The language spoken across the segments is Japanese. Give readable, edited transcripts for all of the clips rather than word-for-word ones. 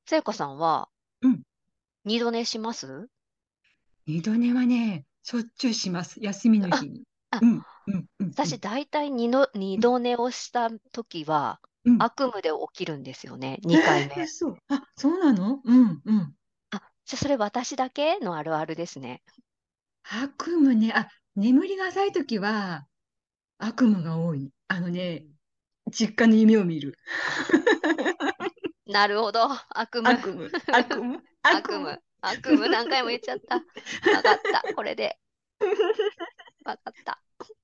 さやかさんはうん。 二度寝します？ 二度寝はね、しょっちゅうします。休みのあ、 日に。 あ、 うん、うん、うん、う私ん、 大体二うん。 度寝をした時はうん。 悪夢で起きるんですよね、2回目。 嘘。あ、そうなの？うん、うん。 それ私だけのあるあるですね。 悪夢ね。眠りが浅いときは悪夢が多い。 うん。 実家の夢を見る。 あ、なるほど。悪夢。 悪夢、悪夢、悪夢。 悪夢。悪夢何回も言っちゃった。わかった。これで。わかった。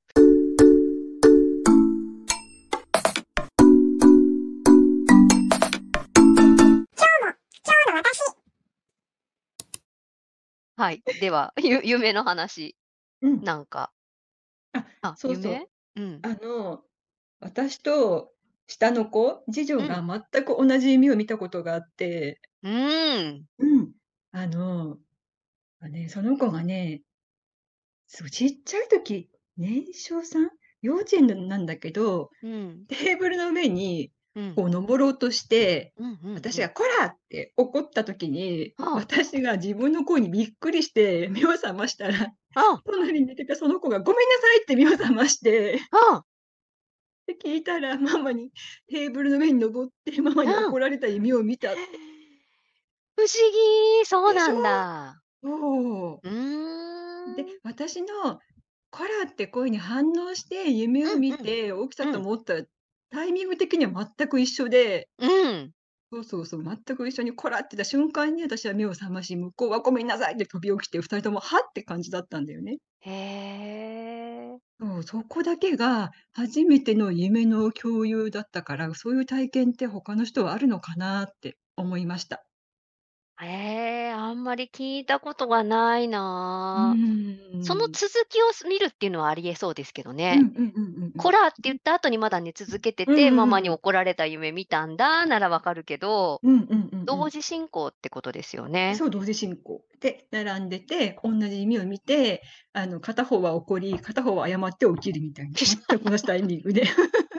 はい。では、夢の話。 うん。 なんか、 そうそう。 夢。うん。 あの、私と下の子、次女がうん。 全く同じ夢を見たことがあって、 うーん。 うん。その子がね、そう、ちっちゃい時、年少さん？幼稚園なんだけど、 うん。 テーブルの上にうん。 こう登ろうとして、 うん。うん。うん。 私が「こら！」って怒った時に、 あ私が自分の声にびっくりして目を覚ましたら、 あ、 隣に寝てたその子が「ごめんなさい」って目を覚まして、 あで、聞いたらママにテーブルの上に登ってママにあ、うん。 怒られた夢を見たって。 不思議、そうでしょ？ なんだ。 そう。 うーで、 ん。 私の「こら」って声に反応して夢を見うんうん。 て起きたうん。 と思ったら、タイミング的には全く一緒で、 うん。 そうそうそう、全く一緒に「こら」って言った瞬間に私は目を覚まし、向こうは「ごめんなさい」って飛び起きて、2人とも「は？」って感じだったんだよね。 へえ。 そう、そこだけが初めての夢の共有だったから、そういう体験って他の人はあるのかなって思いました。 へえ、あんまり聞いたことがないうな。そのーん。 続きを見るっていうのはありえそうですけどね。 うんうんうんうんうん。 こらって言った後にまだ寝続けてうんて、マうんうんうん。 マに怒られた夢見たんだならわかるけど、 うんうんうんうん。 同時進行ってことですよね。 そう、同時進行。で、並んでて、同じ夢を見て、片方は怒り、片方は謝って起きるみたいな、全く同じタイミングで。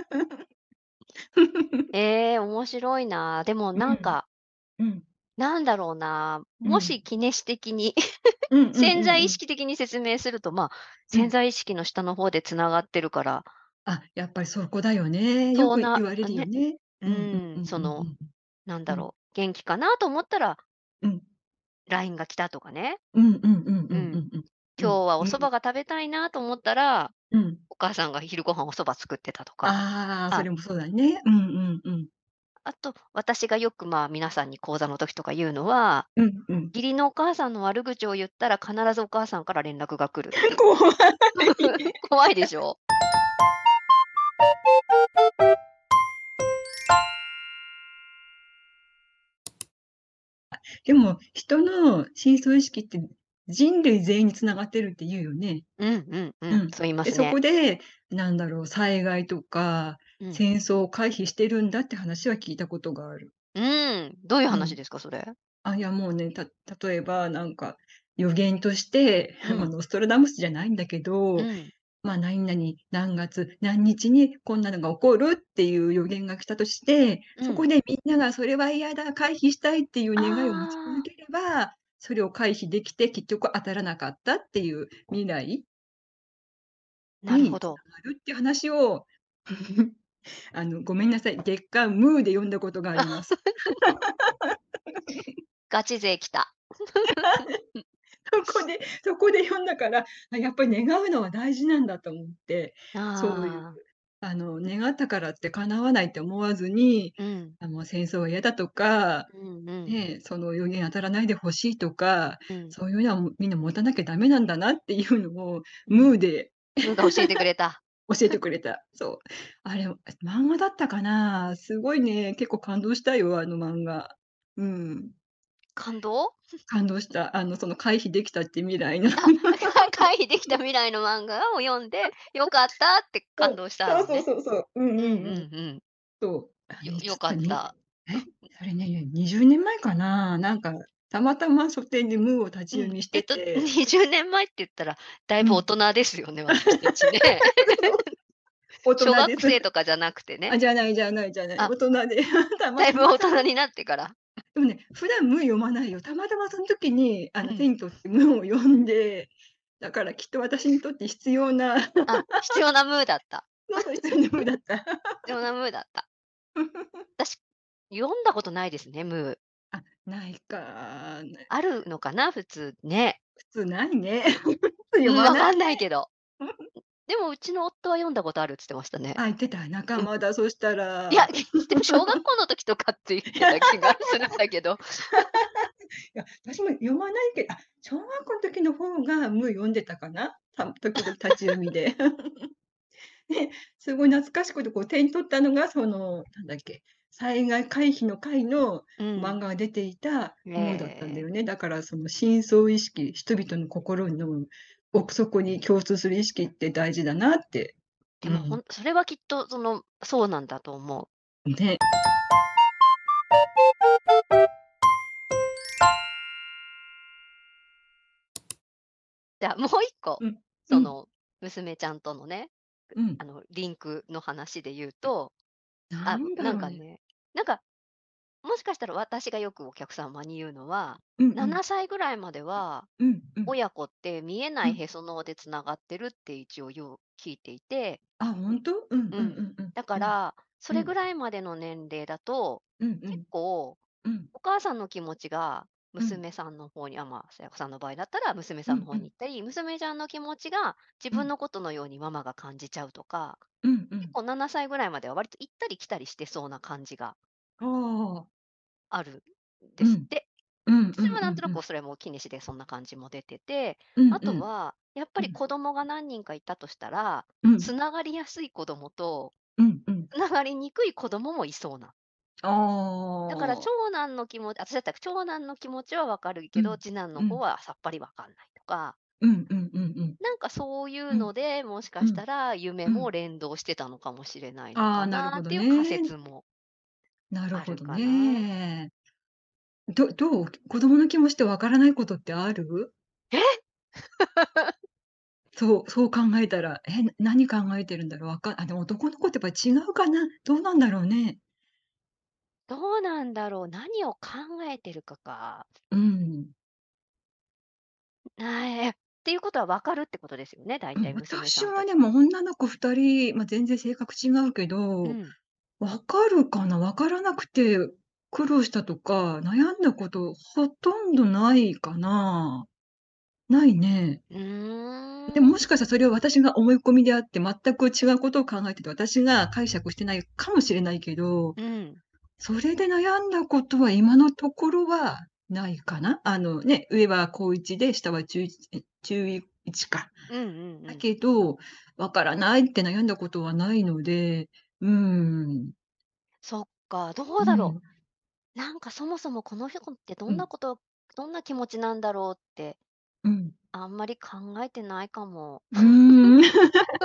ええ、面白いな。でもうん、うん、 なんだろうな、もうん。 しキネシ的にうんうん潜うんうん。 在意識的に説明すると、 うん。 潜在意識の下の方で繋がってるから、 やっぱりそこだよね。よそうなく言われるよね、 ね。 ううんうんーん、 うんうんうん。うん。 元気かなと思ったら、 うん。 LINE が来たとかね。 うんうんうんうんううん。 んうん。うん。 今日はおうん。 蕎麦が食べたいなと思ったら、 うん。 お母さんが昼ご飯お蕎麦作ってたとか。 そあ、 れもそうだね。うんうんうん。 あと、私がよく、皆さんに講座の時とか言うのは、 うんうん。 義理のお母さんの悪口を言ったら必ずお母さんから連絡が来るっていう。 怖い。 怖いでしょ？ でも、人の深層意識って人類全員に繋がってるって言うよね。 うんうんうん、 うん。 そう言いまで、そすね。 こで、災害とかうん。 戦争を回避してるんだって話は聞いたことがある。 うーん、どういううん。 話ですか？それ。 いや、もうね、例えば予言として、 うん、 ノストラダムスじゃないんだけど、 うん、 何々何月何日にこんなのが起こるっていう予言が来たとして、 うん。 そこでみんながそれは嫌だ、回避したいっていう願いを持ち続ああ、 ければ、それを回避できて結局当たらなかったっていう未来に繋なるほど。 がるっていう話を、ごめんなさい、月刊ムーで読んだことがあります。 ガチ勢来た。 そこで読んだから、やっぱり願うのは大事なんだと思って、そういう、 ああ、 願ったからって叶わないって思わずに、 うん、 戦争は嫌だとか、 うんうん、 ね、その予言当たらないでほしいとか、 うん、 そういうのはみんな持たなきゃダメなんだなっていうのをうん。 ムーでムーが教えてくれた。 教えてくれた。そう。あれ、漫画だったかな。すごいね、結構感動したよ、あの漫画。うん。 感動？ 感動した。その回避できたって未来の。 あ、回避できた未来の漫画を読んで、良かったって感動したそうそうのね。 そうそう。うんうんうんうんうん。 うん。 そう。あれい良つだにかった。 え、それね、20年前かな。たまたま書店でムーを立ちうん。 読みしてて、 20年前って言ったら、だいうん。 ぶ大人ですよね、私たちね。 そう、大小学人です。 生とかじゃなくてね。 じゃないじゃないじゃない。 あ、 大人でたまだいたまぶ大人になってから。 でもね、普段無読まないよ。たまたまその時に、 うん。 手に取って無を読んで、だからきっと私にとって必要なあ、必要なムーだった。 そうそう、必要な無だった。 必要なムーだった。私、読んだことないですね、ムー。 あ、ないか。 あるのかな、普通ね。 普通ないね。普通読うん、 まないね。 わかんないけど。でもうちの夫は読んだことあるっつってましたね。 あ、言ってた。仲うん。 間だ、そしたいや、 ら。 でも小学校の時とかって言ってた気がするんだけど。 いや、私も読まないけど、小学校の時の方が無読んでたかな。時々立ち読みで。で、すごい懐かしくて、手に取ったのが、なんだっけ、災害回避の会のうん。 漫画が出ていたえムーだったんだよえ。 ね。だからその深層意識、人々の心の奥底に共通する意識って大事だなって。 でも、 うん。 それはきっとそうなんだと思う。 ね。 じゃあ、もう一個、 うん。うん。 その、娘ちゃんとのね、 うん。 リンクの話で言うと、 なんだろうね。 なんかね、なんか、もしかしたら私がよくお客様に言うのは、 うんうん。 7歳ぐらいまでは、 うんうん。 親子って見えなうん。 いへその緒でつながってるって一応聞いていて、 あ、ほんと？うんうんううん。 んうん。 だかうん。 ら、そうん。 れぐらいまでの年齢だと、結うんうん。 構うん。 お母さんの気持ちがうん。 娘さんの方に、さやこさんの場合だったら娘さんの方うんうん。 に行ったり、娘ちゃんの気持ちが自うん。 分のことのようにママが感じちゃうとか、 うんうん。 結構7歳ぐらいまでは割と行ったり来たりしてそうな感じがああ。 あるんでうん。 すって。 うんうん私はなんとなうんうん。 くそれも気にしてそんな感じも出てて、あうんうん。 とはやっぱうん。 り子供が何人かいたとしたら、 うん。 つながりやすい子供と、 うんうん。 つながりにくい子供もいそうな。 あだからあ。 私だったら長男の気持ちはわかるけど、 うん。 次男の方うん。 はさっぱりわかんないとか、 うんうんうんうん。 なんかそういううん。 ので、もしかうん。 したら夢うん。 も連動してたのかもしれないのああ、 かなるほどなっていう仮ね。 説もあるなるほどかな。 ね。どう？子供の気持ちってわからないことってある？ え！ そう考えたら、何考えてるんだろう、でも男の子ってやっぱり違うかな？どうなんだろうね。 どうなんだろう、何を考えてるかか。 うん。 っていうことは分かるってことですよね、大うん、 体娘さんたち。 私はでも女の子2人、全然性格違うけど、 うん。 分かるかな？分からなくて苦労したとか、悩んだことほとんどないかな。ないね。 うーでも、もしん。 かしたらそれは私が思い込みであって、全く違うことを考えてて、私が解釈してないかもしれないけど、 うん。 それで悩んだことは今のところはないかな。上は高1で、下は中1か。 うんうんうだん。 けど、わからないって悩んだことはないので、うーん、 そっか、どうだろうん、 う。なんかそもそもこの人ってうん、 どんな気持ちなんだろうって、 うん。 あんまり考えてないかも。 うーん。い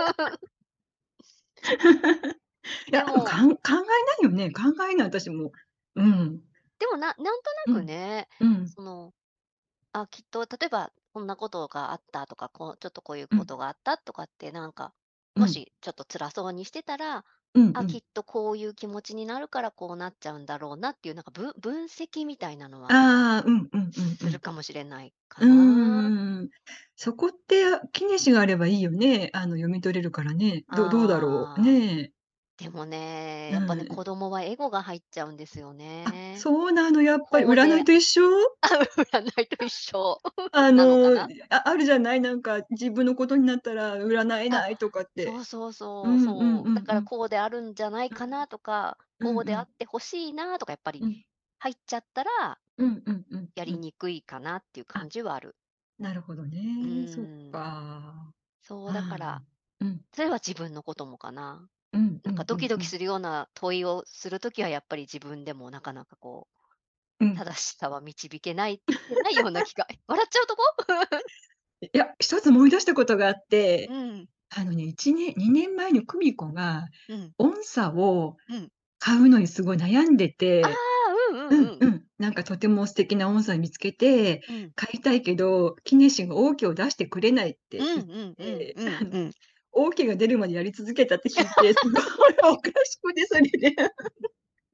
や、でも、 でも考えないよね。考えない、私も。うん、 なんとなくうん、 ね、 うん、 その、きっと例えばこんなことがあったとか、ちょっとこういううん、 ことがあったとかってなんか、 うん、 もしちょっと辛そうにしてたら、きうんうん。 っとこういう気持ちになるからこうなっちゃうんだろうなっていうなんか分析みたいなのはああ、うんうんうんうん。 するかもしれないかうーな。 ん。そこって、キネシがあればいいよね。読み取れるからね。どうだろう。 ああ、 ねえ。 でもね、 うやっぱね、 ん。 子供はエゴが入っちゃうんですよあ、 ね。 そうなの、やっぱりこうで、 占いと一緒？ 占いと一緒あの、 なのかな。 あるじゃない、なんか自分のことになったら占えあ、 ないとかって。 そうそうそううんうんそう。だからうんうん。 こうであるんじゃないかなとか、こうであうんうん。 ってほしいなとかやっぱりうん。 入っちゃったら、 うんうんうんやうん。 りにくいかなっていうあ、 感じはある。 なるほどうね。そっーん。 か。 そう、だかああ。 ら、 うん。 それは自分のこともかな。 うんうなんかドキんうんうん。 ドキするような問いをするときはやっぱり自分でもなかなかうん。 正しさは導けないような気が笑っちゃうとこ？ いや、一つ思い出したことがあって、 うん、 1年2年前に久美子が、 うん、 音叉をうん。 買うのにすごい悩んでああ、 て、 うんうんうん。 うんうん、なんかとても素敵な音叉見つけて、 うん。 買いたいけど、キネシンがオーケーを出してくれないっうんて言っうんうんて、 うんうん。 オーケーが出るまでやり続けたって聞いて、すごいおかしくて、それで。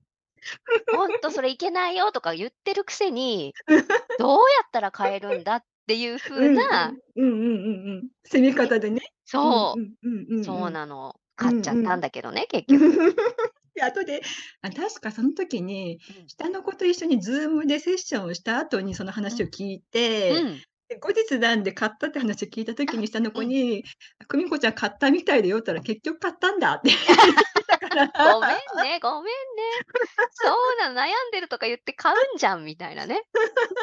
ほんとそれいけないよとか言ってるくせに、どうやったら変えるんだっていう風うんうな、 ん。うんうんうんうん。攻めけ方でね。うんそう、 うんうんうんそううん。 なの。買っちゃったうんうん。 んだけどね、結局。 で、後で、確かその時に、 うん。 下の子と一緒に Zoom でセッションをした後にそのうん。 話を聞いて、 うん。 で、後日談で買ったって話を聞いた時に下のうん。 子に、「久美子ちゃん買ったみたいだよ」って言ったら、「結局買ったんだ」って言ってたから。 ごめんね、ごめんね。そうなの、悩んでるとか言って買うんじゃんみたいなね。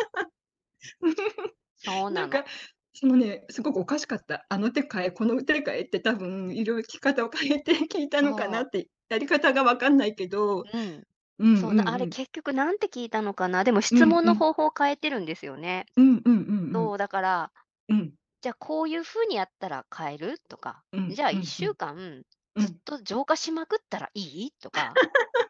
そうなの。 なんか、そのね、すごくおかしかった。あの手変え、この手変えって多分いろいろ聞き方を変えて聞いたのかなそう。 って、やり方が分かんないけど、 うん。 うんうんそうな、あうん。 れ結局なんて聞いたのかな。でも質うんうん。 問の方法を変えてるんですよね。 うんうんうんうん。 そう、だから、 うん。 じゃあこういう風にやったら変える？とか、 うんじゃあ1 うんうん。 週間ずっうん。 と浄化しまくったらいい？とか、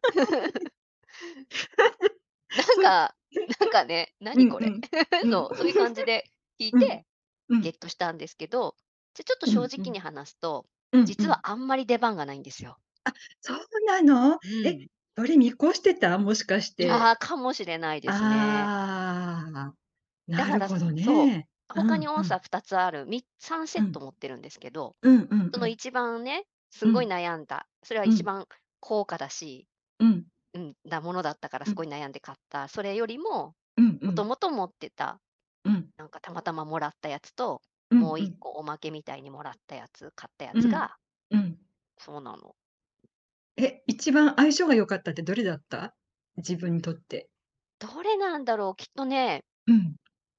なんそう。 かなんかね、何これ。 うんうん。うん。 そう、そういう感じで聞いうん。 て、 うん。 ゲットしたんですけど、ちょっと正うんうん。 直に話すと、 うんうん。 実はあんまり出番がないんですよ。 そうなの？え、 うん。 それ見越してた？もしかして。 ああ、かもしれないですね。 ああ、 だから、 なるほどそね。 う、 う他にんうん。 音差2つある、3セうん。 ット持ってるんですけど、 うんうんうん。 その一番ね、すごいうん。 悩んだ、それはうん。 一番高価だし、 うん。 うん、ものだったからうん。 すごい悩んで買った。それよりも、 うんうん。 もともと持ってた、 うん。 なんかたまたまもらったやつと、もう1 うんうん。 個おまけみたいにもらったやつ、買ったやうん。 つが、 うん。 そうなの。 一番相性が良かったってどれだった？自分にとって。 どれなんだろう、きっとね、 うん。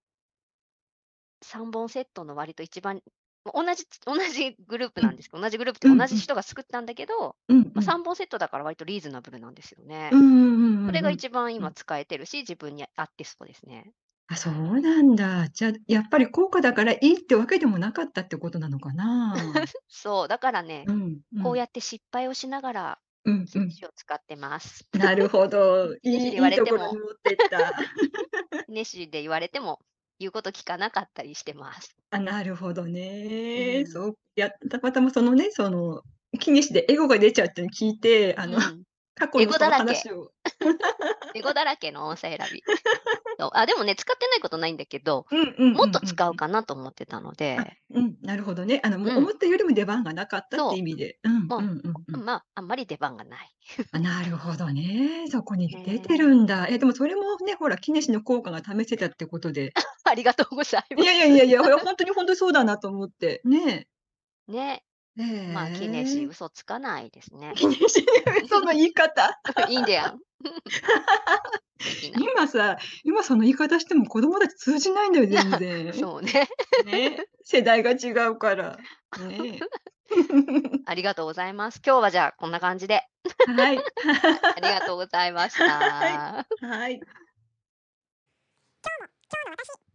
3本セットの割と一番同じグループうん。 なんですけど、同じグループっていうか同じうんうん。 人が作ったんだけど、ま、 うんうん。 3本セットだから割とリーズナブルなんですよね。 うんうんうんそれうんうん。 が一番うん。 今使えてるし、自分に合ってそうですね。 あ、そうなんだ。じゃあ、やっぱり高価だからいいってわけでもなかったってことなのかな？ そう、だからね、 うんうん。 こうやって失敗をしながら、キネうんうん。 シを使ってます。 なるほど。 キネシで言いいわれてもところに持ってった。 キネシで言われても、言うこと聞かなかったりしてます。 あ、なるほどね。 うん。 そう、たまたまそのね、気にしてエゴが出ちゃうっていうの聞いて、 うん。 過去エのそのゴだらけ。 話を。 エゴだらけの音声選び。そう、でもね、使ってないことないんだけど、 うんうんもっとうんうんうん。 使うかなと思ってたのあ、 で、 うん、なるほどね。もううん、 思ったよりも出番がなかったってそ意味で。うんう、もうんうんうう、 ん。 まあ、あんまり出番がない。 あ、なるほどね。そこに出てねえ。 るんだ。でもそれもね、ほら、キネシの効果が試せたってことで。 ありがとうございいやいやます。 いやいや、ほんとにそうだなと思って。ねね。 え。へまあ、キネシ、 え。 嘘つかないですね。 キネシその言い方。 インディアン。的な。 今その言い方しても子供たち通じないんだよ、全然。 そうね。 ね、世代が違うから。ね。 ありがとうございます。今日はじゃあ、こんな感じで。 はい。 ありがとうございましはい。 た。 はい。